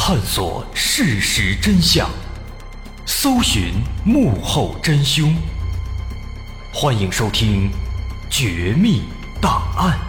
探索事实真相，搜寻幕后真凶。欢迎收听《绝密档案》。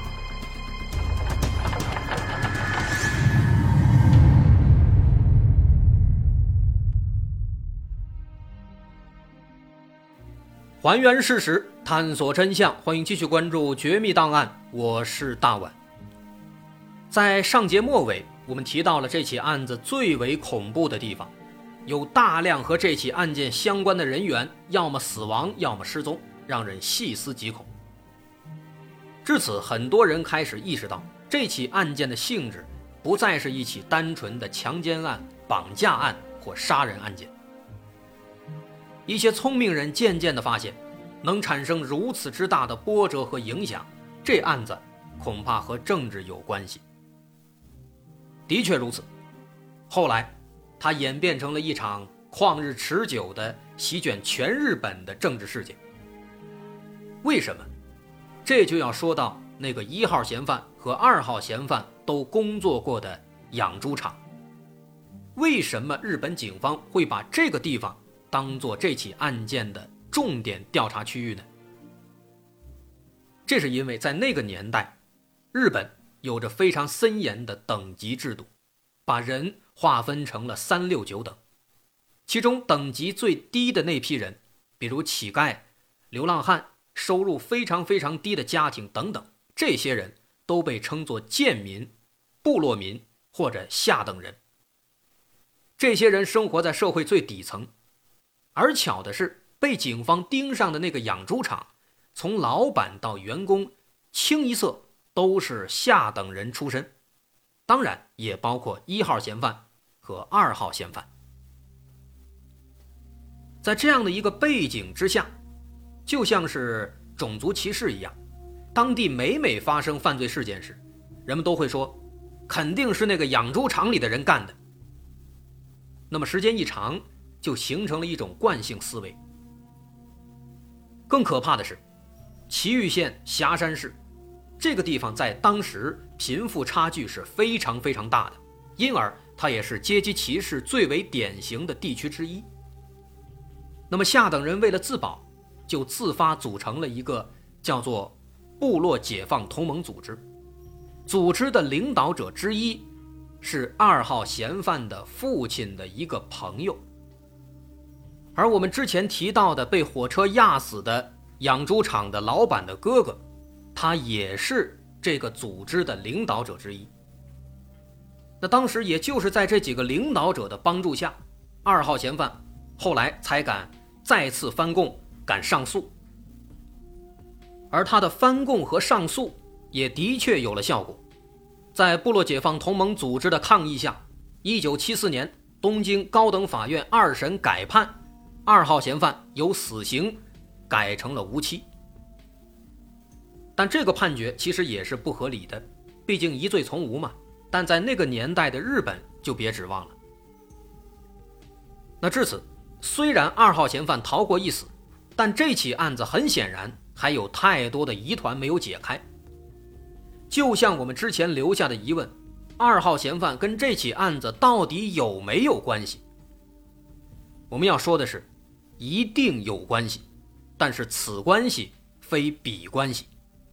还原事实，探索真相，欢迎继续关注《绝密档案》，我是大碗。在上节末尾，我们提到了这起案子最为恐怖的地方，有大量和这起案件相关的人员要么死亡，要么失踪，让人细思极恐。至此，很多人开始意识到，这起案件的性质不再是一起单纯的强奸案、绑架案或杀人案件。一些聪明人渐渐地发现，能产生如此之大的波折和影响，这案子恐怕和政治有关系。的确如此，后来它演变成了一场旷日持久的席卷全日本的政治事件。为什么？这就要说到那个1号嫌犯和2号嫌犯都工作过的养猪场。为什么日本警方会把这个地方当作这起案件的重点调查区域呢？这是因为在那个年代，日本有着非常森严的等级制度，把人划分成了3、6、9等。其中等级最低的那批人，比如乞丐、流浪汉、收入非常非常低的家庭等等，这些人都被称作贱民、部落民或者下等人。这些人生活在社会最底层。而巧的是，被警方盯上的那个养猪场，从老板到员工清一色都是下等人出身，当然也包括1号嫌犯和2号嫌犯。在这样的一个背景之下，就像是种族歧视一样，当地每发生犯罪事件时，人们都会说肯定是那个养猪场里的人干的。那么时间一长，就形成了一种惯性思维。更可怕的是，崎玉县霞山市这个地方在当时贫富差距是非常非常大的，因而它也是阶级歧视最为典型的地区之一。那么下等人为了自保，就自发组成了一个叫做部落解放同盟组织，组织的领导者之一是2号嫌犯的父亲的一个朋友。而我们之前提到的被火车压死的养猪场的老板的哥哥，他也是这个组织的领导者之一。那当时也就是在这几个领导者的帮助下，2号嫌犯后来才敢再次翻供，敢上诉。而他的翻供和上诉也的确有了效果。在部落解放同盟组织的抗议下，1974年东京高等法院2审改判2号嫌犯由死刑改成了无期。但这个判决其实也是不合理的，毕竟疑罪从无嘛。但在那个年代的日本就别指望了。那至此，虽然2号嫌犯逃过一死，但这起案子很显然还有太多的疑团没有解开。就像我们之前留下的疑问，2号嫌犯跟这起案子到底有没有关系？我们要说的是，一定有关系，但是此关系非彼关系。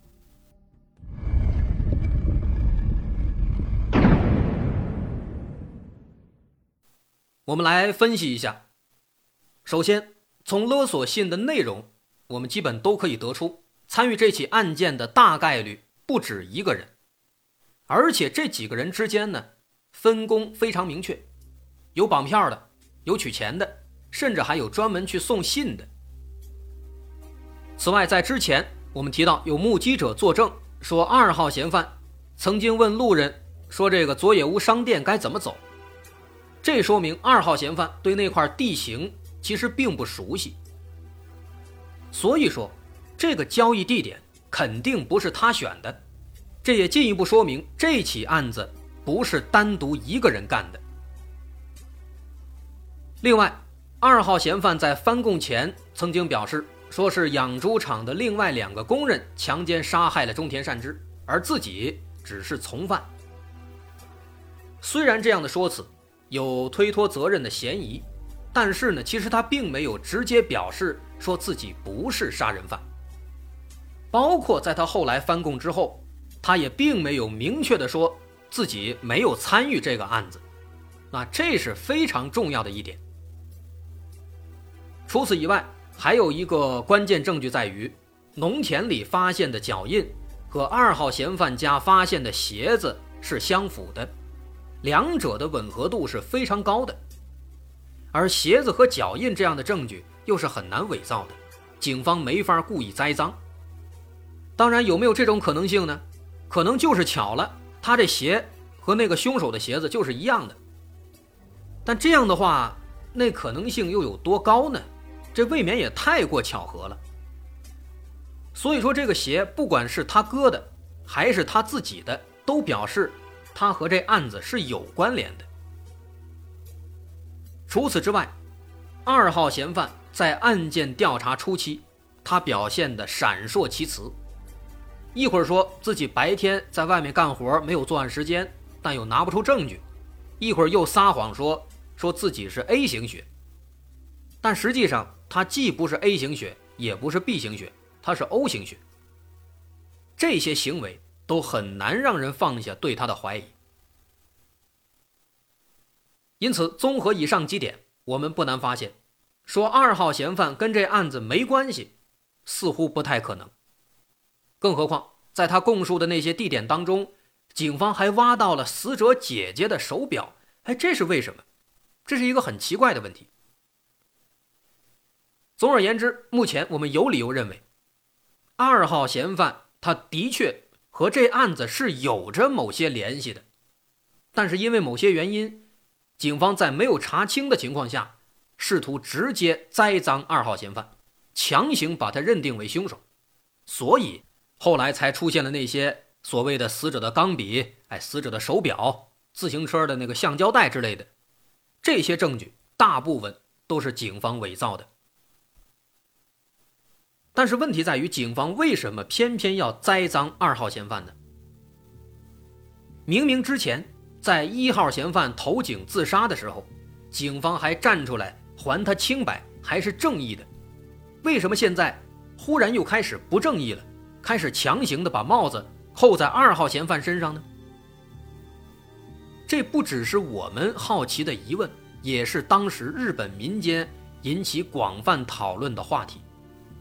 我们来分析一下。首先，从勒索信的内容，我们基本都可以得出，参与这起案件的大概率不止一个人，而且这几个人之间呢，分工非常明确，有绑票的，有取钱的，甚至还有专门去送信的。此外，在之前我们提到有目击者作证说2号嫌犯曾经问路人说这个佐野屋商店该怎么走，这说明2号嫌犯对那块地形其实并不熟悉。所以说这个交易地点肯定不是他选的，这也进一步说明这起案子不是单独一个人干的。另外，2号嫌犯在翻供前曾经表示，说是养猪场的另外2个工人强奸杀害了中田善之，而自己只是从犯。虽然这样的说辞有推脱责任的嫌疑，但是呢，其实他并没有直接表示说自己不是杀人犯。包括在他后来翻供之后，他也并没有明确的说自己没有参与这个案子，那这是非常重要的一点。除此以外，还有一个关键证据在于，农田里发现的脚印和2号嫌犯家发现的鞋子是相符的，两者的吻合度是非常高的。而鞋子和脚印这样的证据又是很难伪造的，警方没法故意栽赃。当然，有没有这种可能性呢？可能就是巧了，他这鞋和那个凶手的鞋子就是一样的。但这样的话，那可能性又有多高呢？这未免也太过巧合了。所以说，这个鞋不管是他哥的还是他自己的，都表示他和这案子是有关联的。除此之外，2号嫌犯在案件调查初期，他表现得闪烁其词，一会儿说自己白天在外面干活没有作案时间，但又拿不出证据，一会儿又撒谎说自己是 A 型血，但实际上他既不是 A 型血，也不是 B 型血，他是 O 型血。这些行为都很难让人放下对他的怀疑。因此，综合以上几点，我们不难发现，说2号嫌犯跟这案子没关系，似乎不太可能。更何况，在他供述的那些地点当中，警方还挖到了死者姐姐的手表。这是为什么？这是一个很奇怪的问题。总而言之，目前我们有理由认为，2号嫌犯他的确和这案子是有着某些联系的，但是因为某些原因，警方在没有查清的情况下，试图直接栽赃2号嫌犯，强行把他认定为凶手，所以后来才出现了那些所谓的死者的钢笔、死者的手表、自行车的那个橡胶带之类的。这些证据大部分都是警方伪造的。但是问题在于，警方为什么偏偏要栽赃2号嫌犯呢？明明之前在1号嫌犯投井自杀的时候，警方还站出来还他清白，还是正义的，为什么现在忽然又开始不正义了，开始强行的把帽子扣在2号嫌犯身上呢？这不只是我们好奇的疑问，也是当时日本民间引起广泛讨论的话题。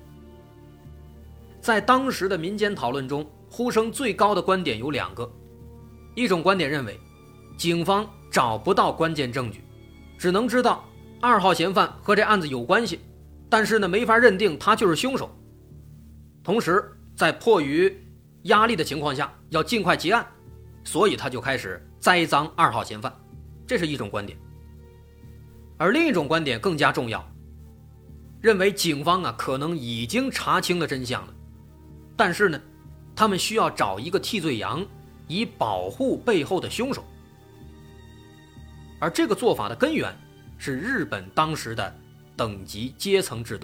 在当时的民间讨论中，呼声最高的观点有2个。一种观点认为，警方找不到关键证据，只能知道2号嫌犯和这案子有关系，但是呢，没法认定他就是凶手。同时，在迫于压力的情况下，要尽快结案，所以他就开始栽赃2号嫌犯，这是一种观点。而另一种观点更加重要，认为警方可能已经查清了真相了，但是呢，他们需要找一个替罪羊，以保护背后的凶手。而这个做法的根源是日本当时的等级阶层制度。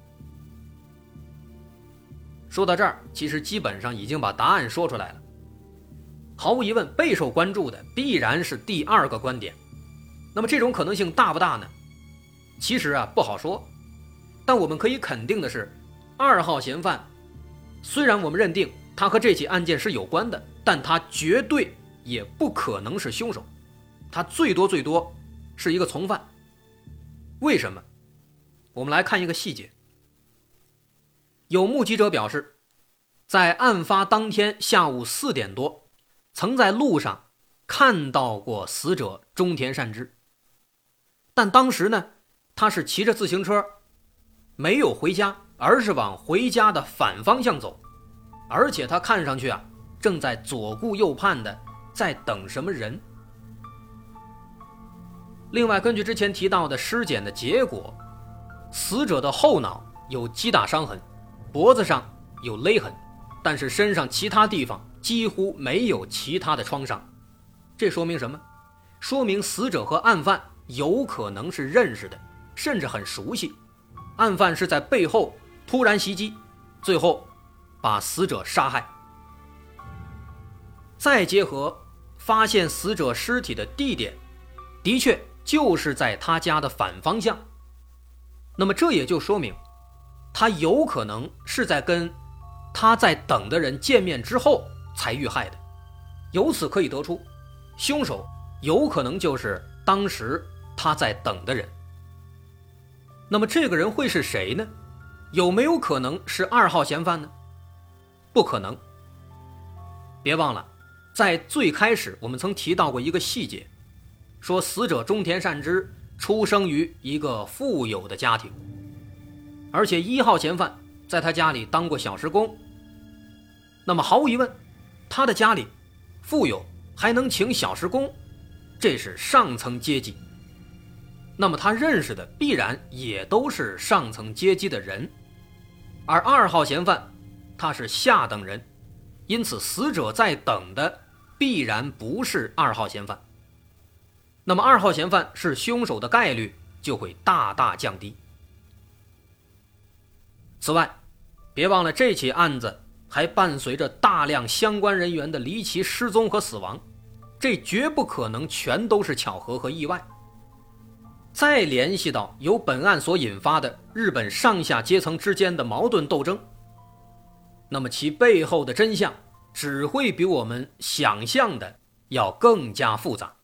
说到这儿，其实基本上已经把答案说出来了。毫无疑问，备受关注的必然是第2个观点。那么这种可能性大不大呢？其实不好说。但我们可以肯定的是，2号嫌犯虽然我们认定他和这起案件是有关的，但他绝对也不可能是凶手，他最多是一个从犯。为什么？我们来看一个细节。有目击者表示，在案发当天下午4点多，曾在路上看到过死者中田善之，但当时呢，他是骑着自行车，没有回家，而是往回家的反方向走，而且他看上去正在左顾右盼的在等什么人。另外，根据之前提到的尸检的结果，死者的后脑有击打伤痕，脖子上有勒痕，但是身上其他地方几乎没有其他的创伤。这说明什么？说明死者和案犯有可能是认识的，甚至很熟悉。案犯是在背后突然袭击，最后把死者杀害。再结合发现死者尸体的地点，的确就是在他家的反方向。那么这也就说明，他有可能是在跟他在等的人见面之后才遇害的。由此可以得出，凶手有可能就是当时他在等的人。那么这个人会是谁呢？有没有可能是2号嫌犯呢？不可能。别忘了，在最开始我们曾提到过一个细节，说死者中田善之出生于一个富有的家庭，而且1号嫌犯在他家里当过小时工。那么毫无疑问，他的家里富有，还能请小时工，这是上层阶级。那么他认识的必然也都是上层阶级的人，而2号嫌犯他是下等人，因此死者在等的必然不是2号嫌犯。那么2号嫌犯是凶手的概率就会大大降低。此外，别忘了这起案子还伴随着大量相关人员的离奇失踪和死亡，这绝不可能全都是巧合和意外。再联系到由本案所引发的日本上下阶层之间的矛盾斗争，那么其背后的真相只会比我们想象的要更加复杂。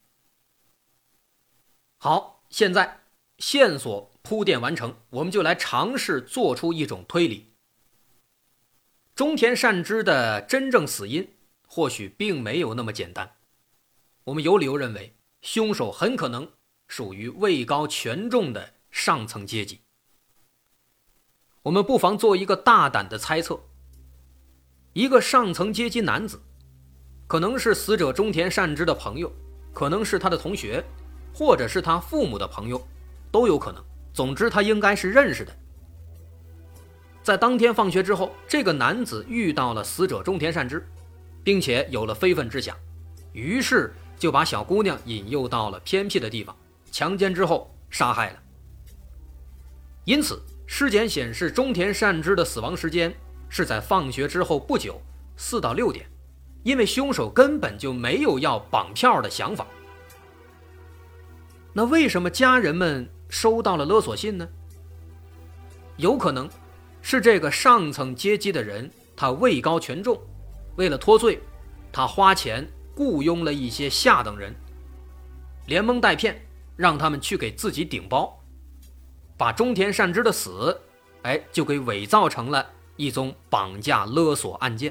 好，现在线索铺垫完成，我们就来尝试做出一种推理。中田善之的真正死因或许并没有那么简单，我们有理由认为凶手很可能属于位高权重的上层阶级。我们不妨做一个大胆的猜测，一个上层阶级男子，可能是死者中田善之的朋友，可能是他的同学，或者是他父母的朋友，都有可能。总之他应该是认识的。在当天放学之后，这个男子遇到了死者中田善之，并且有了非分之想，于是就把小姑娘引诱到了偏僻的地方，强奸之后杀害了。因此尸检显示中田善之的死亡时间是在放学之后不久，4到6点，因为凶手根本就没有要绑票的想法。那为什么家人们收到了勒索信呢？有可能是这个上层阶级的人他位高权重，为了脱罪，他花钱雇佣了一些下等人，连蒙带骗让他们去给自己顶包，把中田善之的死就给伪造成了一宗绑架勒索案件。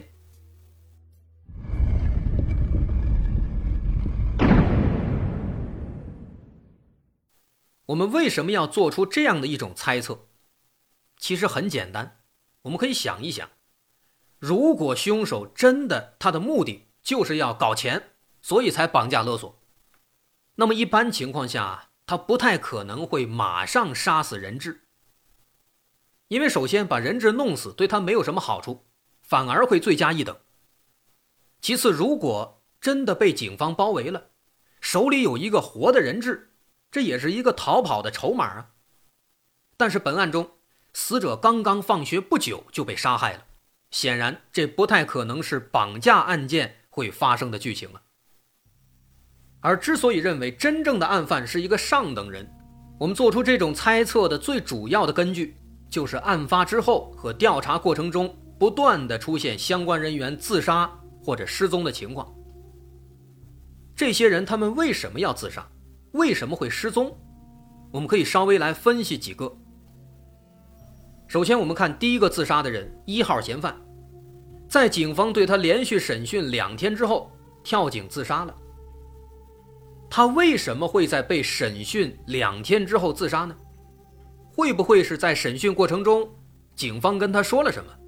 我们为什么要做出这样的一种猜测？其实很简单，我们可以想一想，如果凶手真的他的目的就是要搞钱，所以才绑架勒索，那么一般情况下他不太可能会马上杀死人质，因为首先把人质弄死对他没有什么好处，反而会罪加一等。其次，如果真的被警方包围了，手里有一个活的人质，这也是一个逃跑的筹码啊。但是本案中死者刚刚放学不久就被杀害了，显然这不太可能是绑架案件会发生的剧情了。而之所以认为真正的案犯是一个上等人，我们做出这种猜测的最主要的根据就是案发之后和调查过程中不断的出现相关人员自杀或者失踪的情况。这些人他们为什么要自杀？为什么会失踪？我们可以稍微来分析几个。首先我们看第一个自杀的人，1号嫌犯，在警方对他连续审讯2天之后跳井自杀了。他为什么会在被审讯2天之后自杀呢？会不会是在审讯过程中警方跟他说了什么？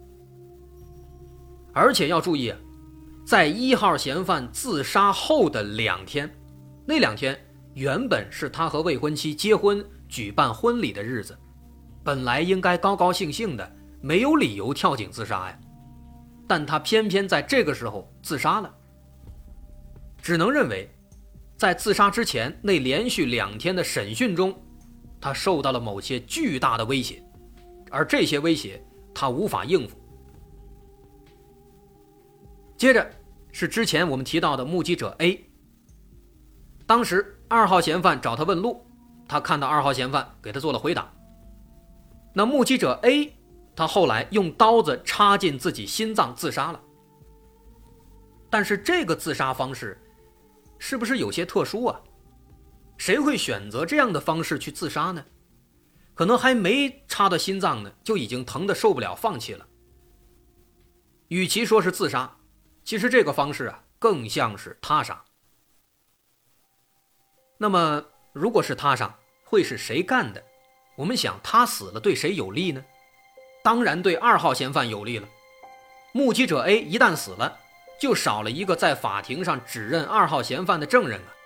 而且要注意，在1号嫌犯自杀后的2天，那2天原本是他和未婚妻结婚举办婚礼的日子，本来应该高高兴兴的，没有理由跳井自杀呀，但他偏偏在这个时候自杀了。只能认为在自杀之前那连续2天的审讯中，他受到了某些巨大的威胁，而这些威胁他无法应付。接着是之前我们提到的目击者 A， 当时 2号嫌犯找他问路，他看到2号嫌犯给他做了回答。那目击者 A 他后来用刀子插进自己心脏自杀了。但是这个自杀方式是不是有些特殊啊？谁会选择这样的方式去自杀呢？可能还没插到心脏呢，就已经疼得受不了放弃了。与其说是自杀，其实这个方式啊更像是他杀。那么如果是他杀，会是谁干的？我们想他死了对谁有利呢？当然对2号嫌犯有利了。目击者 A 一旦死了，就少了一个在法庭上指认2号嫌犯的证人啊。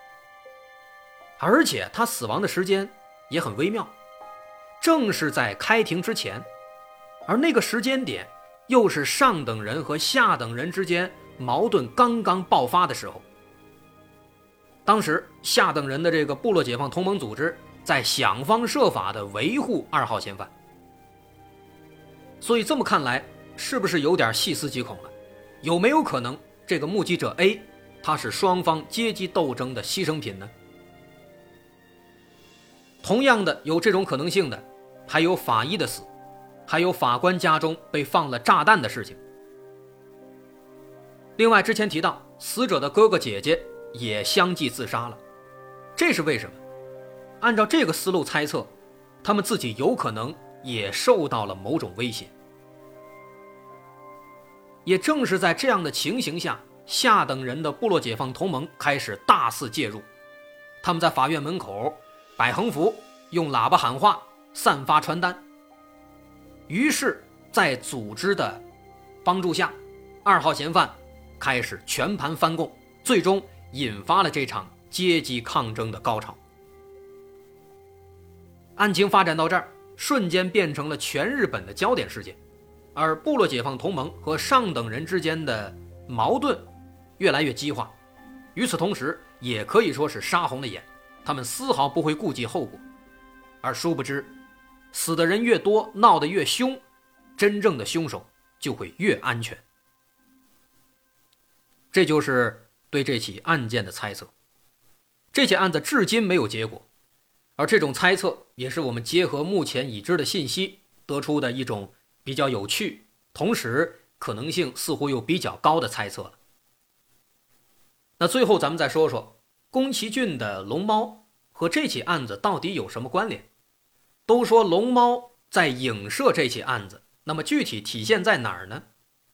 而且他死亡的时间也很微妙，正是在开庭之前，而那个时间点又是上等人和下等人之间矛盾刚刚爆发的时候。当时下等人的这个部落解放同盟组织在想方设法地维护2号嫌犯，所以这么看来，是不是有点细思极恐了？有没有可能这个目击者 A 他是双方阶级斗争的牺牲品呢？同样的有这种可能性的还有法医的死，还有法官家中被放了炸弹的事情。另外之前提到死者的哥哥姐姐也相继自杀了，这是为什么？按照这个思路猜测，他们自己有可能也受到了某种威胁。也正是在这样的情形下，下等人的部落解放同盟开始大肆介入。他们在法院门口摆横幅，用喇叭喊话，散发传单。于是在组织的帮助下，2号嫌犯开始全盘翻供，最终引发了这场阶级抗争的高潮。案情发展到这儿，瞬间变成了全日本的焦点事件，而部落解放同盟和上等人之间的矛盾越来越激化，与此同时也可以说是杀红了眼，他们丝毫不会顾及后果。而殊不知，死的人越多，闹得越凶，真正的凶手就会越安全。这就是对这起案件的猜测。这起案子至今没有结果，而这种猜测也是我们结合目前已知的信息得出的一种比较有趣，同时可能性似乎又比较高的猜测了。那最后咱们再说说宫崎骏的龙猫和这起案子到底有什么关联。都说龙猫在影射这起案子，那么具体体现在哪儿呢？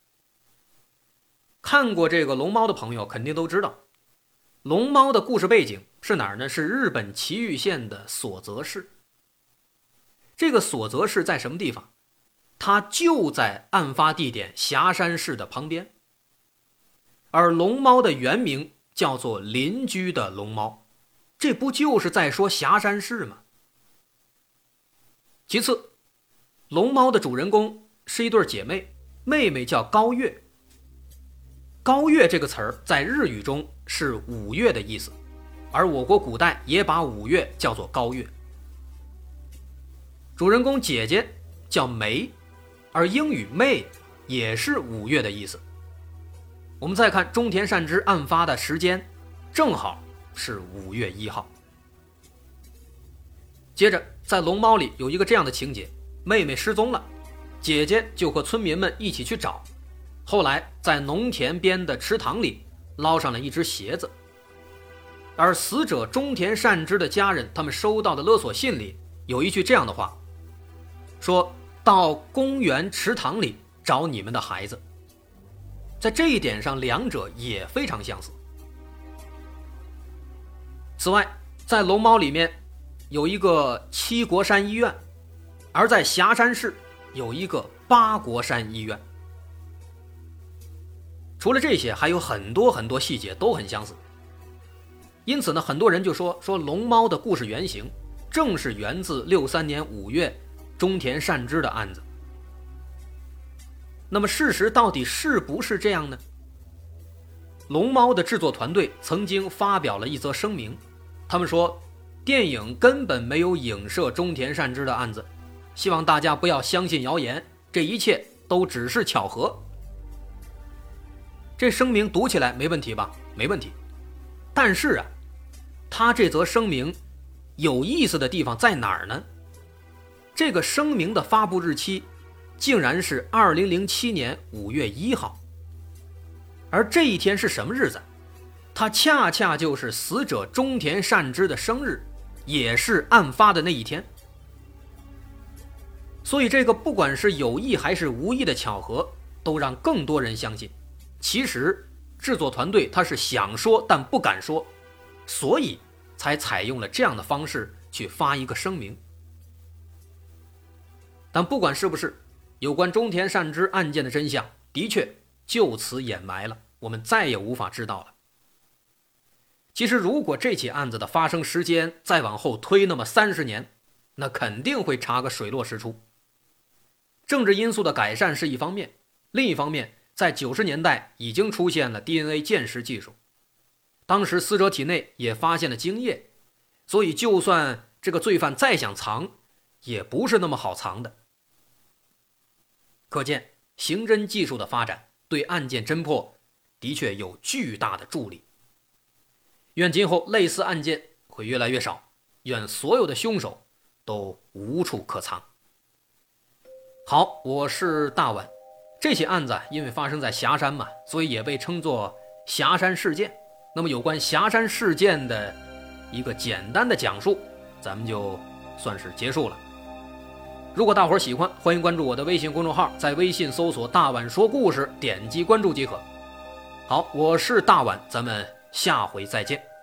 看过这个龙猫的朋友肯定都知道，龙猫的故事背景是哪儿呢？是日本崎玉县的所泽市。这个所泽市在什么地方？它就在案发地点霞山市的旁边。而龙猫的原名叫做邻居的龙猫，这不就是在说霞山市吗？其次，龙猫的主人公是一对姐妹，妹妹叫高月。高月这个词儿在日语中是五月的意思，而我国古代也把五月叫做高月。主人公姐姐叫梅，而英语妹也是五月的意思。我们再看中田善之案发的时间，正好是5月1号。接着在龙猫里有一个这样的情节，妹妹失踪了，姐姐就和村民们一起去找，后来在农田边的池塘里捞上了一只鞋子。而死者中田善之的家人，他们收到的勒索信里有一句这样的话，说到公园池塘里找你们的孩子。在这一点上两者也非常相似。此外，在龙猫里面有一个七国山医院，而在霞山市有一个八国山医院。除了这些，还有很多很多细节都很相似。因此呢，很多人就说龙猫的故事原型正是源自63年5月中田善之的案子。那么事实到底是不是这样呢？龙猫的制作团队曾经发表了一则声明，他们说电影根本没有影射中田善之的案子，希望大家不要相信谣言，这一切都只是巧合。这声明读起来没问题吧？没问题。但是啊， 他这则声明有意思的地方在哪儿呢？这个声明的发布日期竟然是2007年5月1号，而这一天是什么日子？它恰恰就是死者中田善之的生日，也是案发的那一天。所以这个不管是有意还是无意的巧合，都让更多人相信，其实制作团队他是想说但不敢说，所以才采用了这样的方式去发一个声明。但不管是不是，有关中田善之案件的真相的确就此掩埋了，我们再也无法知道了。其实如果这起案子的发生时间再往后推那么30年，那肯定会查个水落石出。政治因素的改善是一方面，另一方面在90年代已经出现了 DNA 鉴识技术，当时死者体内也发现了精液，所以就算这个罪犯再想藏，也不是那么好藏的。可见刑侦技术的发展对案件侦破的确有巨大的助力。愿今后类似案件会越来越少，愿所有的凶手都无处可藏。好，我是大碗。这起案子因为发生在霞山嘛，所以也被称作霞山事件。那么有关霞山事件的一个简单的讲述，咱们就算是结束了。如果大伙喜欢，欢迎关注我的微信公众号，在微信搜索大碗说故事，点击关注即可。好，我是大碗，咱们下回再见。